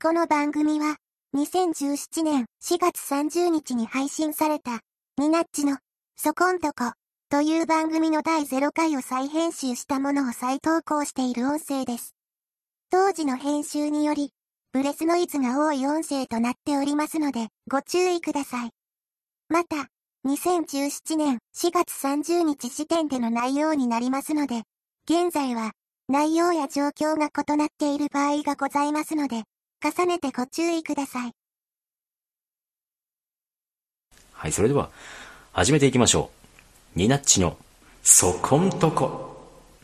この番組は、2017年4月30日に配信された、ニナッチの、そこんとこ、という番組の第0回を再編集したものを再投稿している音声です。当時の編集により、ブレスノイズが多い音声となっておりますので、ご注意ください。また、2017年4月30日時点での内容になりますので、現在は、内容や状況が異なっている場合がございますので、重ねてご注意ください。 はい、それでは始めていきましょう。ニナッチのそこんとこ。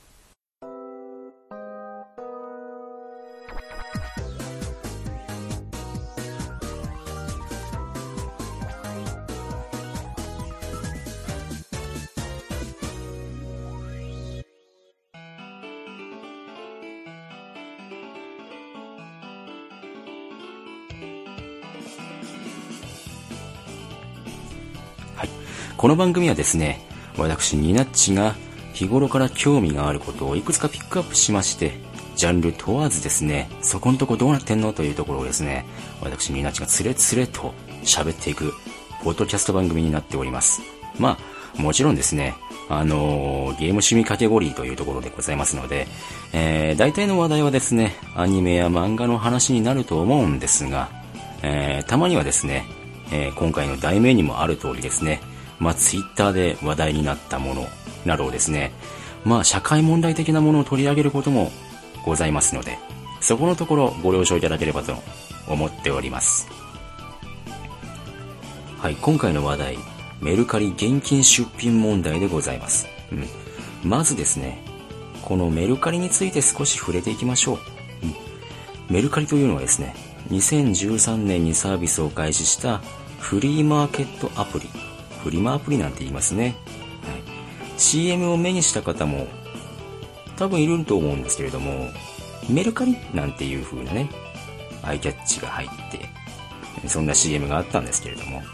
この番組はですね、私ニナッチが日頃から興味があることをいくつかピックアップしまして、ジャンル問わずですね、そこんとこどうなってんのというところをですね、私ニナッチがつれつれと喋っていくポッドキャスト番組になっております。まあもちろんですね、ゲーム趣味カテゴリーというところでございますので、大体の話題はですね、アニメや漫画の話になると思うんですが、たまにはですね、今回の題名にもある通りですね、ツイッターで話題になったものなどをですね、社会問題的なものを取り上げることもございますので、そこのところご了承いただければと思っております。はい、今回の話題、メルカリ現金出品問題でございます。まずですね、このメルカリについて少し触れていきましょう。メルカリというのはですね、2013年にサービスを開始したフリーマーケットアプリ、フリマアプリなんて言いますね。はい、CM を目にした方も多分いると思うんですけれども、メルカリなんていう風なね、アイキャッチが入って、そんな CM があったんですけれども、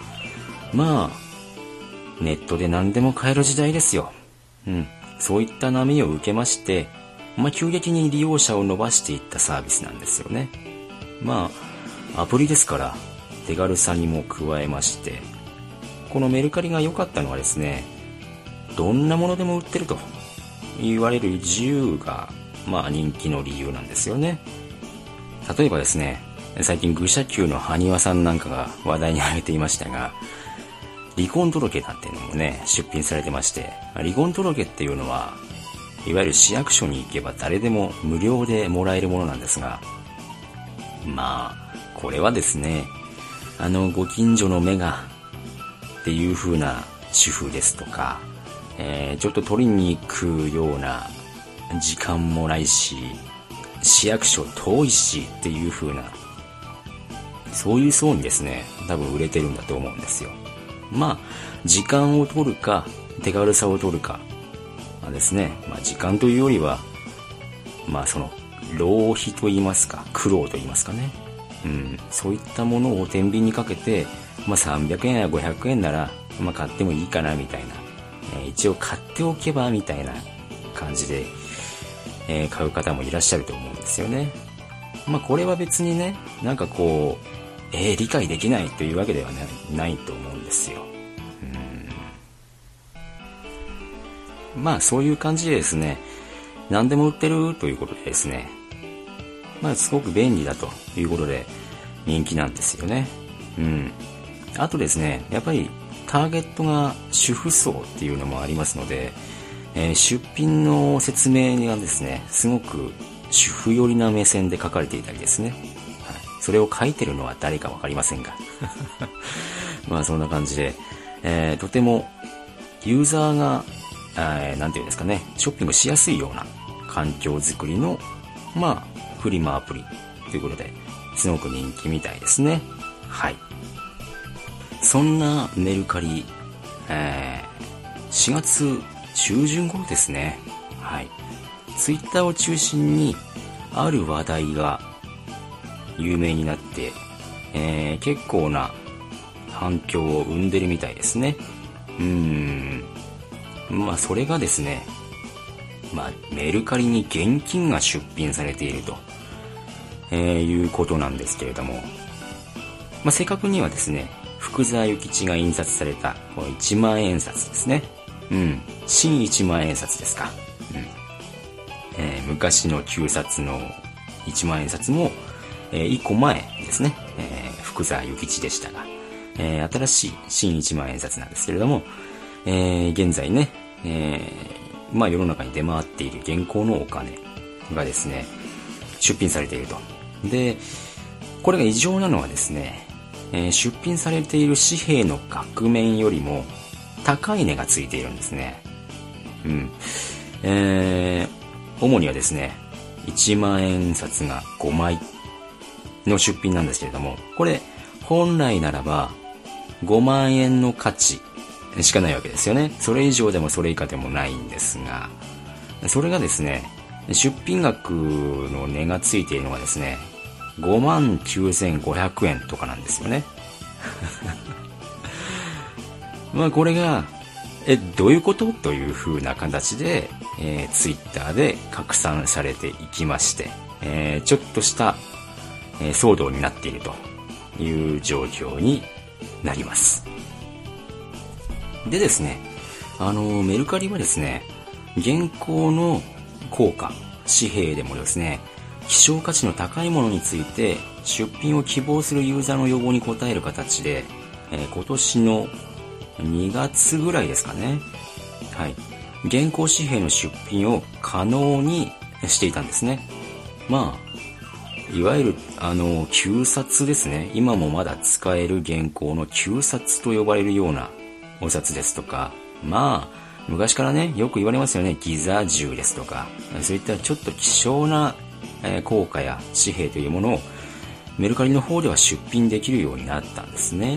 ネットで何でも買える時代ですよ。そういった波を受けまして、急激に利用者を伸ばしていったサービスなんですよね。アプリですから手軽さにも加えまして、このメルカリが良かったのはですね、どんなものでも売ってると言われる自由が人気の理由なんですよね。例えばですね、最近愚者級の埴輪さんなんかが話題に挙げていましたが、離婚届なんていうのもね、出品されてまして、離婚届っていうのはいわゆる市役所に行けば誰でも無料でもらえるものなんですが、これはですね、ご近所の目がっていう風な主婦ですとか、ちょっと取りに行くような時間もないし、市役所遠いしっていう風な、そういう層にですね、多分売れてるんだと思うんですよ。時間を取るか手軽さを取るかですね、時間というよりはその浪費と言いますか、苦労と言いますかね、そういったものを天秤にかけて、300円や500円なら買ってもいいかなみたいな、一応買っておけばみたいな感じで、買う方もいらっしゃると思うんですよね。これは別にね、理解できないというわけではないと思うんですよ。そういう感じでですね、何でも売ってるということでですね、すごく便利だということで人気なんですよね。あとですね、やっぱりターゲットが主婦層っていうのもありますので、出品の説明がですね、すごく主婦寄りな目線で書かれていたりですね、それを書いてるのは誰かわかりませんがそんな感じで、とてもユーザーが、なんていうんですかね、ショッピングしやすいような環境づくりのフリマアプリということですごく人気みたいですね。はい。そんなメルカリ、4月中旬頃ですね。はい。ツイッターを中心にある話題が有名になって、結構な反響を生んでるみたいですね。それがですね、メルカリに現金が出品されていると、 いうことなんですけれども、正確にはですね、福沢諭吉が印刷されたこの1万円札ですね。新1万円札ですか。昔の旧札の1万円札も、1個前ですね、福沢諭吉でしたが、新しい新1万円札なんですけれども、現在ね、世の中に出回っている現行のお金がですね、出品されていると。で、これが異常なのはですね、出品されている紙幣の額面よりも高い値がついているんですね。主にはですね、1万円札が5枚の出品なんですけれども、これ本来ならば5万円の価値しかないわけですよね。それ以上でもそれ以下でもないんですが、それがですね、出品額の値がついているのがですね、59,500 円とかなんですよね。これがどういうことという風な形で、ツイッターで拡散されていきまして、ちょっとした、騒動になっているという状況になります。でですね、メルカリはですね、現行の硬貨、紙幣でもですね、希少価値の高いものについて出品を希望するユーザーの要望に応える形で、今年の2月ぐらいですかね、現行紙幣の出品を可能にしていたんですね。いわゆる旧札ですね。今もまだ使える現行の旧札と呼ばれるようなお札ですとか、昔からね、よく言われますよね。ギザ銃ですとか、そういったちょっと希少な硬貨や紙幣というものをメルカリの方では出品できるようになったんですね。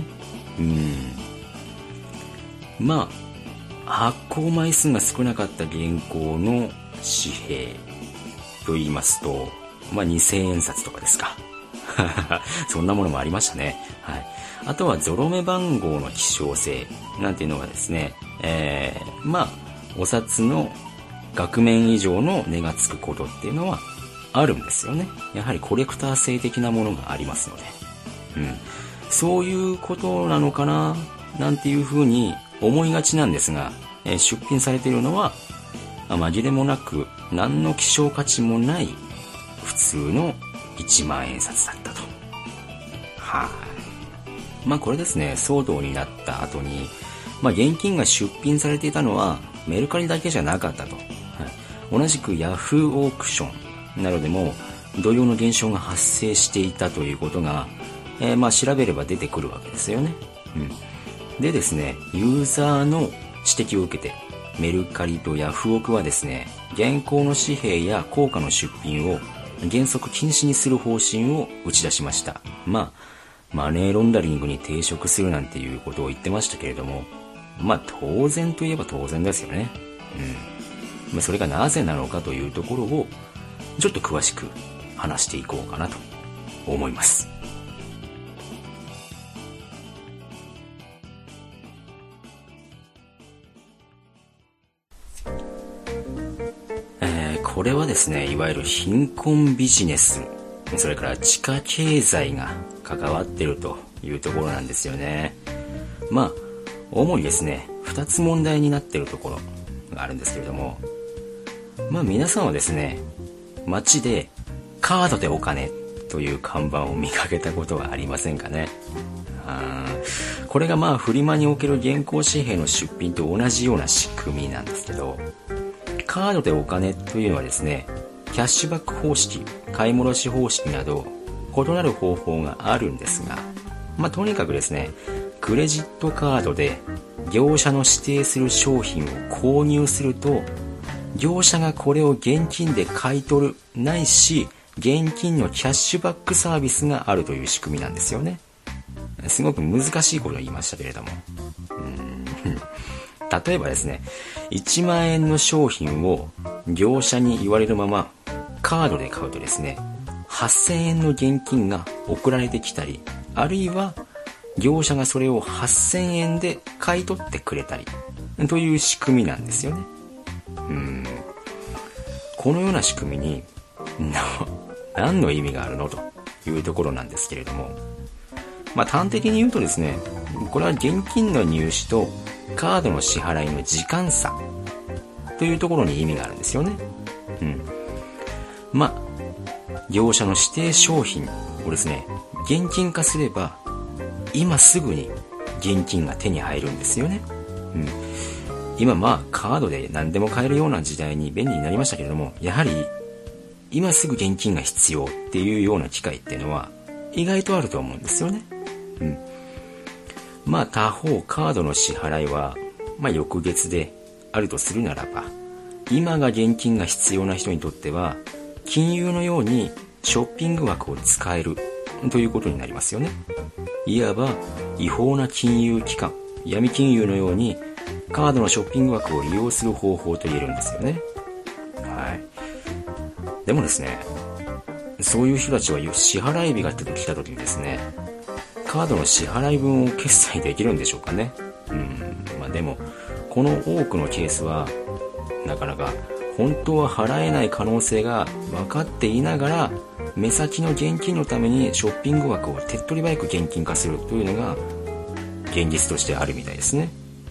発行枚数が少なかった現行の紙幣と言いますと、2000円札とかですか。そんなものもありましたね。あとはゾロ目番号の希少性なんていうのがですね、お札の額面以上の値がつくことっていうのはあるんですよね。やはりコレクター性的なものがありますので、そういうことなのかななんていうふうに思いがちなんですが、出品されているのは紛れもなく何の希少価値もない普通の1万円札だったと。これですね、騒動になった後に、現金が出品されていたのはメルカリだけじゃなかったと。同じくヤフーオークションなどでも同様の現象が発生していたということが、調べれば出てくるわけですよね。でですね、ユーザーの指摘を受けてメルカリとヤフオクはですね、現行の紙幣や硬貨の出品を原則禁止にする方針を打ち出しました。マネーロンダリングに抵触するなんていうことを言ってましたけれども、当然といえば当然ですよね。それがなぜなのかというところをちょっと詳しく話していこうかなと思います。これはですね、いわゆる貧困ビジネス、それから地下経済が関わっているというところなんですよね。主にですね、2つ問題になっているところがあるんですけれども、皆さんはですね、街でカードでお金という看板を見かけたことはありませんかね。これがフリマにおける現行紙幣の出品と同じような仕組みなんですけど、カードでお金というのはですね、キャッシュバック方式、買い戻し方式など異なる方法があるんですが、とにかくですね、クレジットカードで業者の指定する商品を購入すると、業者がこれを現金で買い取るないし現金のキャッシュバックサービスがあるという仕組みなんですよね。すごく難しいことを言いましたけれども、例えばですね、1万円の商品を業者に言われるままカードで買うとですね、8000円の現金が送られてきたり、あるいは業者がそれを8000円で買い取ってくれたりという仕組みなんですよね。このような仕組みに何の意味があるのというところなんですけれども、端的に言うとですね、これは現金の入手とカードの支払いの時間差というところに意味があるんですよね。業者の指定商品をですね、現金化すれば今すぐに現金が手に入るんですよね。今カードで何でも買えるような時代に便利になりましたけれども、やはり今すぐ現金が必要っていうような機会っていうのは意外とあると思うんですよね。他方カードの支払いは翌月であるとするならば、今が現金が必要な人にとっては金融のようにショッピング枠を使えるということになりますよね。いわば違法な金融機関、闇金融のようにカードのショッピング枠を利用する方法と言えるんですよね。でもですね、そういう人たちは支払い日が来た時にですね、カードの支払い分を決済できるんでしょうかね。でもこの多くのケースはなかなか本当は払えない可能性が分かっていながら、目先の現金のためにショッピング枠を手っ取り早く現金化するというのが現実としてあるみたいですね。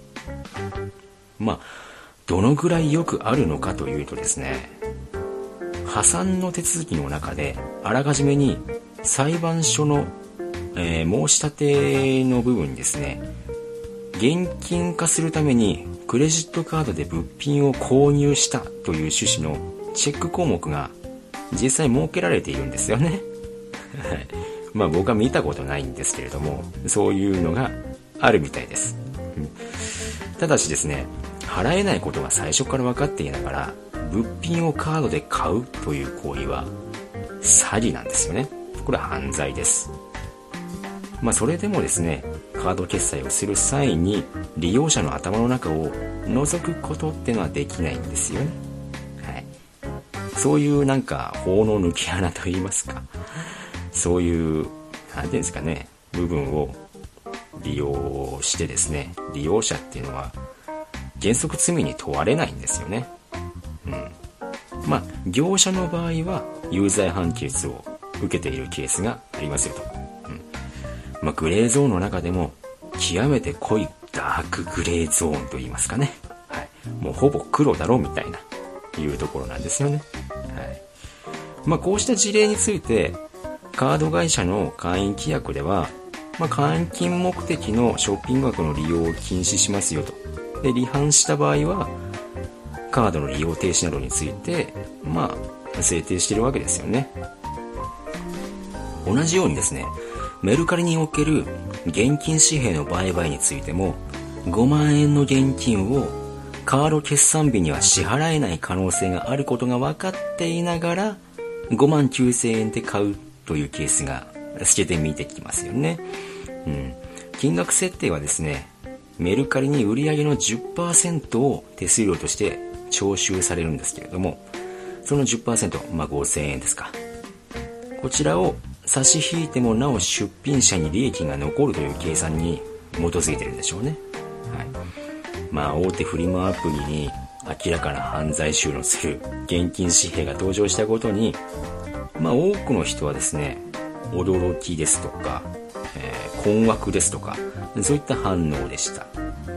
どのぐらいよくあるのかというとですね、破産の手続きの中であらかじめに裁判所の、申し立ての部分にですね、現金化するためにクレジットカードで物品を購入したという趣旨のチェック項目が実際設けられているんですよね。僕は見たことないんですけれども、そういうのがあるみたいです。ただしですね、払えないことが最初から分かっていながら物品をカードで買うという行為は詐欺なんですよね。これは犯罪です。それでもですね、カード決済をする際に利用者の頭の中を覗くことってのはできないんですよね。そういう法の抜き穴といいますか、そういうなんていうんですかね、部分を利用してですね、利用者っていうのは原則罪に問われないんですよね。業者の場合は有罪判決を受けているケースがありますよと。グレーゾーンの中でも極めて濃いダークグレーゾーンといいますかね。もうほぼ黒だろみたいないうところなんですよね。こうした事例についてカード会社の会員規約では、換金目的のショッピング枠の利用を禁止しますよと。で、違反した場合はカードの利用停止などについて制定しているわけですよね。同じようにですね、メルカリにおける現金紙幣の売買についても5万円の現金をカード決算日には支払えない可能性があることが分かっていながら5万9000円で買うというケースが透けて見てきますよね。金額設定はですね、メルカリに売上の 10% を手数料として徴収されるんですけれども、その 10%、5000円ですか。こちらを差し引いてもなお出品者に利益が残るという計算に基づいているんでしょうね。大手フリマアプリに明らかな犯罪集のする現金紙幣が登場したことに、多くの人はですね、驚きですとか、困惑ですとか、そういった反応でした。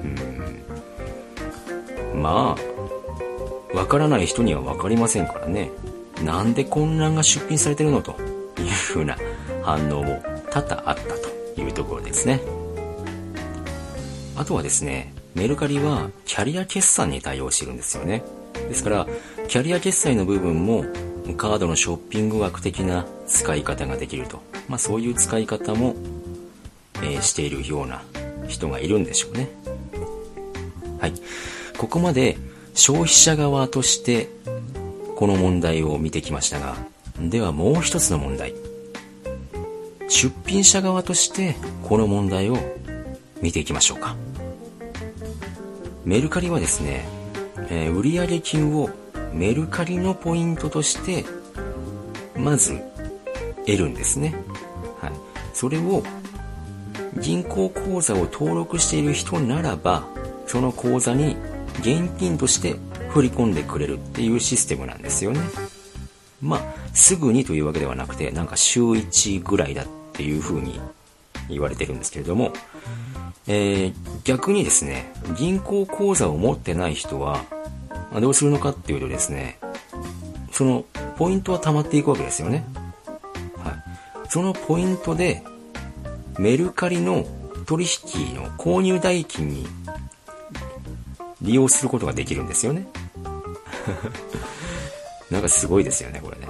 わからない人にはわかりませんからね。なんで混乱が出品されてるのというふうな反応も多々あったというところですね。あとはですね、メルカリはキャリア決済に対応してるんですよね。ですからキャリア決済の部分もカードのショッピング枠的な使い方ができると、そういう使い方も、しているような人がいるんでしょうね。ここまで消費者側としてこの問題を見てきましたが、ではもう一つの問題、出品者側としてこの問題を見ていきましょうか。メルカリはですね、売上金をメルカリのポイントとしてまず得るんですね。それを銀行口座を登録している人ならば、その口座に現金として振り込んでくれるっていうシステムなんですよね。 すぐにというわけではなくて、なんか週1ぐらいだっていう風に言われてるんですけれども、逆にですね、銀行口座を持ってない人はどうするのかっていうとですね、そのポイントは溜まっていくわけですよね。はい。そのポイントでメルカリの取引の購入代金に利用することができるんですよね。なんかすごいですよね、これね。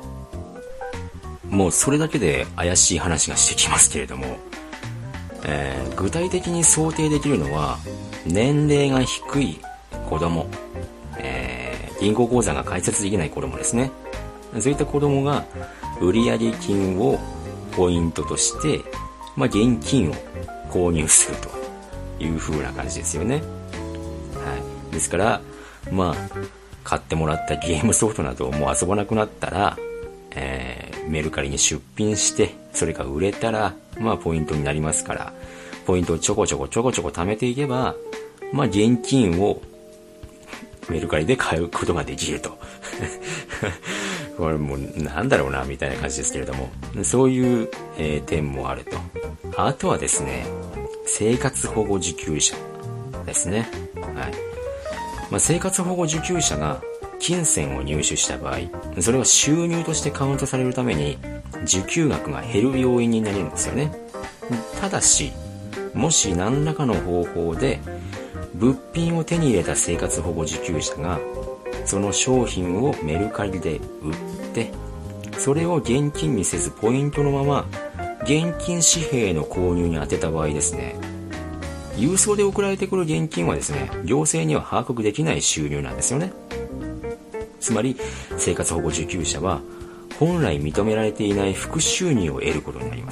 もうそれだけで怪しい話がしてきますけれども、具体的に想定できるのは、年齢が低い子供、銀行口座が開設できない子供ですね。そういった子供が売上金をポイントとして、現金を購入するという風な感じですよね。はい。ですから、買ってもらったゲームソフトなどをもう遊ばなくなったら、メルカリに出品して、それが売れたら、ポイントになりますから、ポイントをちょこちょこ貯めていけば、現金をメルカリで買うことができると。これもうなんだろうな、みたいな感じですけれども、そういう、点もあると。あとはですね、生活保護受給者ですね。はい。生活保護受給者が金銭を入手した場合、それは収入としてカウントされるために受給額が減る要因になるんですよね。ただし、もし何らかの方法で物品を手に入れた生活保護受給者がその商品をメルカリで売って、それを現金にせずポイントのまま現金紙幣の購入に充てた場合ですね、郵送で送られてくる現金はですね、行政には把握できない収入なんですよね。つまり生活保護受給者は本来認められていない副収入を得ることになります。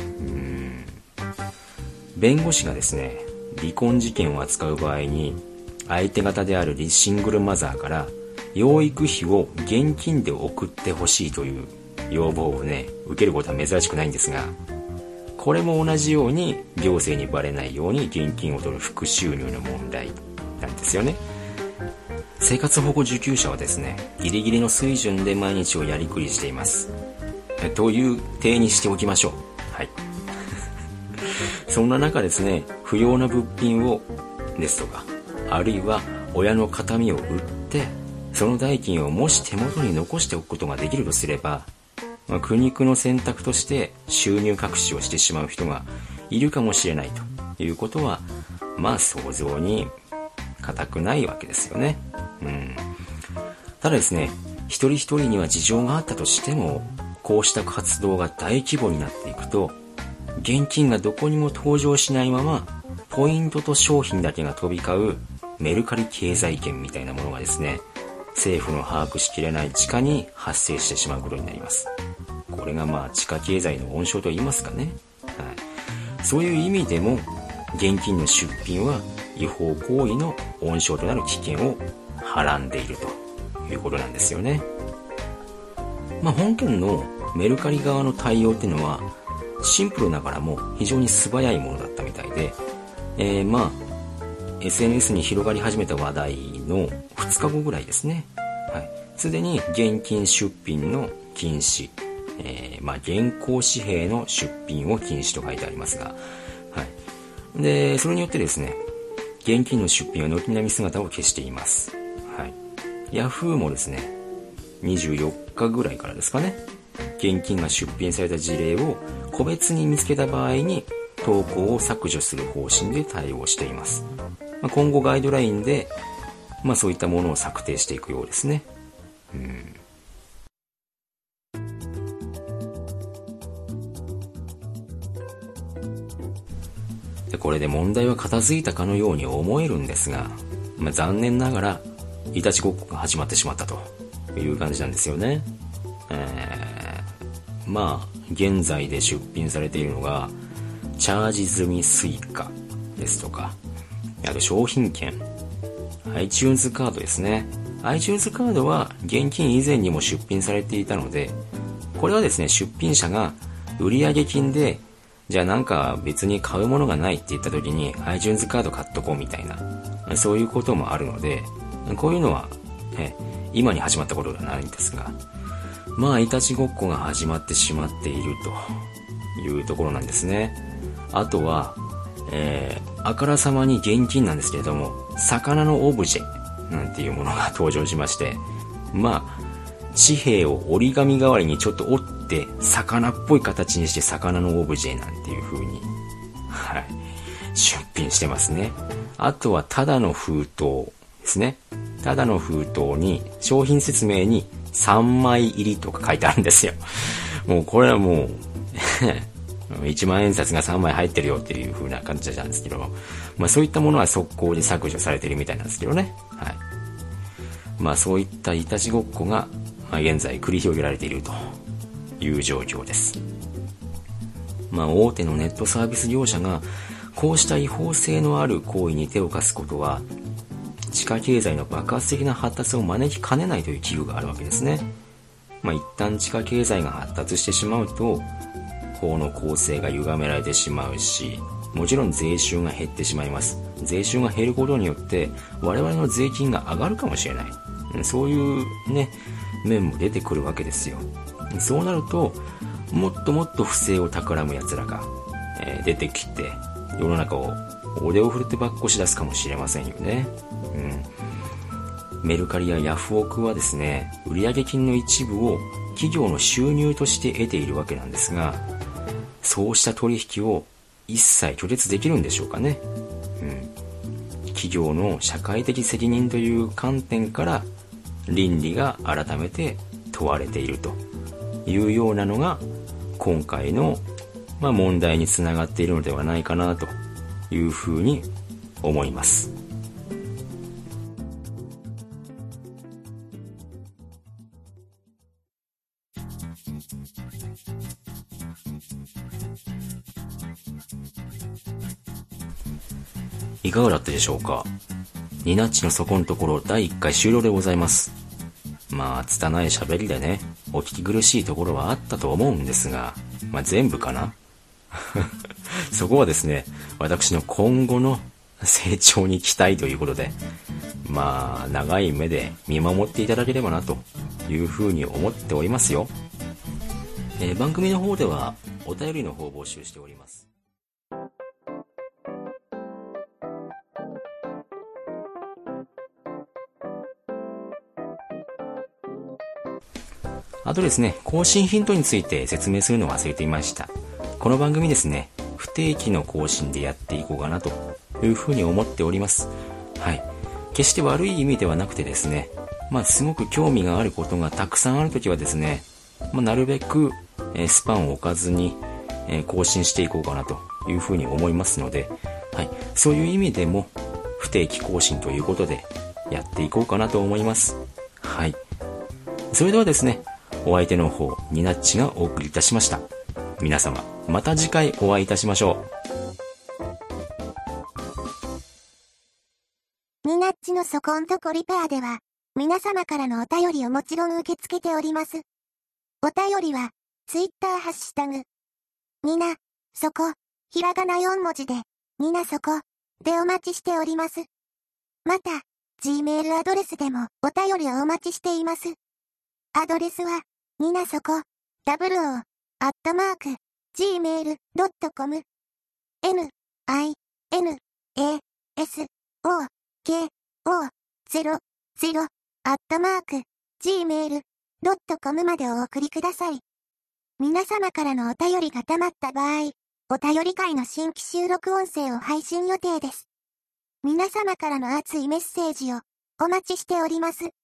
弁護士がですね、離婚事件を扱う場合に相手方であるシングルマザーから養育費を現金で送ってほしいという要望をね、受けることは珍しくないんですが、これも同じように行政にバレないように現金を取る副収入の問題なんですよね。生活保護受給者はですね、ギリギリの水準で毎日をやりくりしていますという体にしておきましょう。はい。そんな中ですね、不要な物品をですとか、あるいは親の形見を売ってその代金をもし手元に残しておくことができるとすれば、苦肉の選択として収入隠しをしてしまう人がいるかもしれないということは、想像に難くないわけですよね。ただですね、一人一人には事情があったとしても、こうした活動が大規模になっていくと、現金がどこにも登場しないままポイントと商品だけが飛び交うメルカリ経済圏みたいなものがですね、政府の把握しきれない地下に発生してしまうことになります。これが地下経済の温床と言いますかね。はい。そういう意味でも現金の出品は違法行為の温床となる危険をはらんでいるということなんですよね。本件のメルカリ側の対応っていうのはシンプルながらも非常に素早いものだったみたいで、SNS に広がり始めた話題の2日後ぐらいですね。はい。すでに現金出品の禁止、現行紙幣の出品を禁止と書いてありますが、はい。で、それによってですね、現金の出品は軒並み姿を消しています。はい。ヤフーもですね、24日ぐらいからですかね、現金が出品された事例を個別に見つけた場合に投稿を削除する方針で対応しています。今後ガイドラインで、そういったものを策定していくようですね。で、これで問題は片付いたかのように思えるんですが、残念ながらいたちごっこが始まってしまったという感じなんですよね。現在で出品されているのがチャージ済みスイカですとか、あと商品券、iTunes カードですね。iTunes カードは現金以前にも出品されていたので、これはですね、出品者が売上金で、じゃあなんか別に買うものがないって言った時に iTunes カード買っとこうみたいな、そういうこともあるので、こういうのは、今に始まったことではないんですが、 まあいたちごっこが始まってしまっているというところなんですね。あとは、あからさまに現金なんですけれども、魚のオブジェなんていうものが登場しまして、まあ紙幣を折り紙代わりにちょっと折って魚っぽい形にして魚のオブジェなんていう風に、はい、出品してますね。あとはただの封筒ですね。ただの封筒に商品説明に3枚入りとか書いてあるんですよ。もうこれはもう1万円札が3枚入ってるよっていう風な感じなんですけど、まあそういったものは速攻で削除されてるみたいなんですけどね。はい。まあそういったいたちごっこが現在繰り広げられているという状況です。まあ大手のネットサービス業者がこうした違法性のある行為に手を貸すことは、地下経済の爆発的な発達を招きかねないという危惧があるわけですね。まあ一旦地下経済が発達してしまうと、法の構成が歪められてしまうし、もちろん税収が減ってしまいます。税収が減ることによって我々の税金が上がるかもしれない。そういうね、面も出てくるわけですよ。そうなると、もっともっと不正を企む奴らが、出てきて、世の中を腕を振るってばっこし出すかもしれませんよね。メルカリやヤフオクはですね、売上金の一部を企業の収入として得ているわけなんですが、そうした取引を一切拒絶できるんでしょうかね。企業の社会的責任という観点から倫理が改めて問われているというようなのが今回の、問題につながっているのではないかなというふうに思います。いかがだったでしょうか。ニナッチのそこのところ第1回終了でございます。拙い喋りでね、お聞き苦しいところはあったと思うんですが、全部かなそこはですね、私の今後の成長に期待ということで、長い目で見守っていただければなというふうに思っておりますよ。番組の方ではお便りの方を募集しております。あとですね、更新ヒントについて説明するのを忘れていました。この番組ですね、不定期の更新でやっていこうかなというふうに思っております。はい。決して悪い意味ではなくてですね、すごく興味があることがたくさんあるときはですね、なるべくスパンを置かずに更新していこうかなというふうに思いますので、はい。そういう意味でも不定期更新ということでやっていこうかなと思います。はい。それではですね、お相手の方、ニナッチがお送りいたしました。皆様、また次回お会いいたしましょう。ニナッチのそこんとこリペアでは、皆様からのお便りをもちろん受け付けております。お便りは、ツイッターハッシュタグ、ニナ、そこ、ひらがな4文字で、ニナそこ、でお待ちしております。また、Gmail アドレスでもお便りをお待ちしています。アドレスは、ニナそこ、gmail.com、NINASOKO00@gmail.com までお送りください。皆様からのお便りがたまった場合、お便り会の新規収録音声を配信予定です。皆様からの熱いメッセージをお待ちしております。